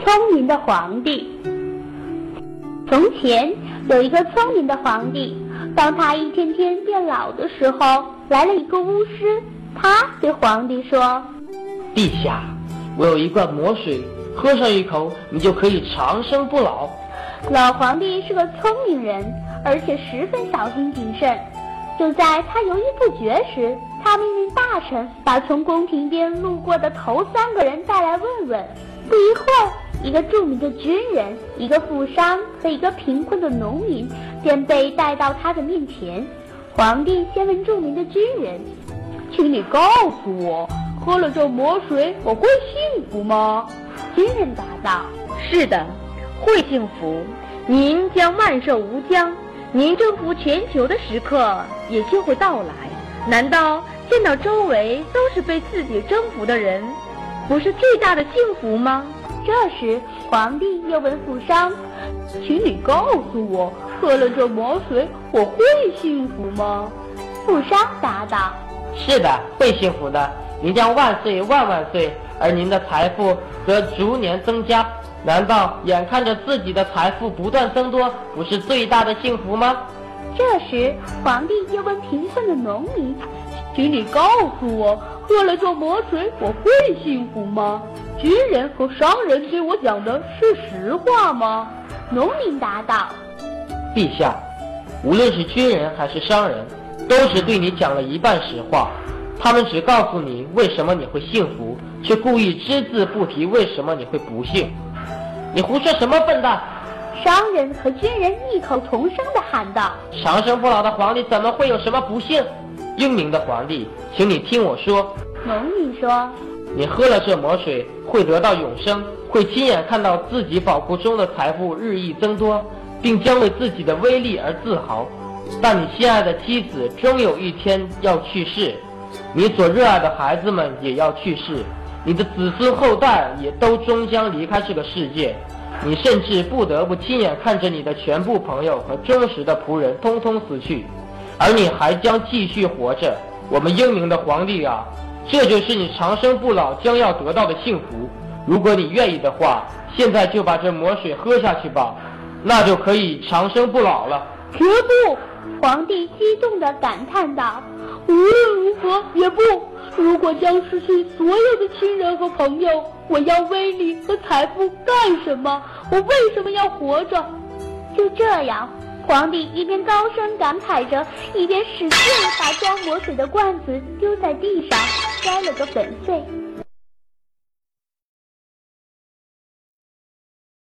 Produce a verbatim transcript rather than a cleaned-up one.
聪明的皇帝。从前有一个聪明的皇帝，当他一天天变老的时候，来了一个巫师。他对皇帝说： 陛下，我有一罐魔水，喝上一口，你就可以长生不老。 老皇帝是个聪明人，而且十分小心谨慎。就在他犹豫不决时，他命令大臣把从宫廷边路过的头三个人带来问问。不一会儿，一个著名的军人、一个富商和一个贫困的农民便被带到他的面前。皇帝先问著名的军人：请你告诉我，喝了这魔水我会幸福吗？军人答道： 是的，会幸福，您将万寿无疆，您征服全球的时刻也就会到来。难道见到周围都是被自己征服的人，不是最大的幸福吗？ 这时皇帝又问富商：请你告诉我，喝了这魔水我会幸福吗？富商答道： 是的，会幸福的，您将万岁万万岁，而您的财富则逐年增加。难道眼看着自己的财富不断增多，不是最大的幸福吗？ 这时皇帝又问贫困的农民：请你告诉我，喝了这魔水我会幸福吗？军人和商人对我讲的是实话吗？农民答道： 陛下，无论是军人还是商人，都是对你讲了一半实话，他们只告诉你为什么你会幸福，却故意只字不提为什么你会不幸。你胡说什么，笨蛋！ 商人和军人异口同声地喊道： 长生不老的皇帝怎么会有什么不幸？英明的皇帝，请你听我说。 农民说： 你喝了这魔水会得到永生，会亲眼看到自己宝库中的财富日益增多，并将为自己的威力而自豪。但你心爱的妻子终有一天要去世，你所热爱的孩子们也要去世，你的子孙后代也都终将离开这个世界。你甚至不得不亲眼看着你的全部朋友和忠实的仆人通通死去，而你还将继续活着。我们英明的皇帝啊，这就是你长生不老将要得到的幸福。如果你愿意的话，现在就把这魔水喝下去吧，那就可以长生不老了。 绝不！皇帝激动地感叹道：无论如何也不！如果将失去所有的亲人和朋友，我要威力和财富干什么？我为什么要活着？就这样，皇帝一边高声感慨着，一边使劲把装魔水的罐子丢在地上，摔了个粉碎。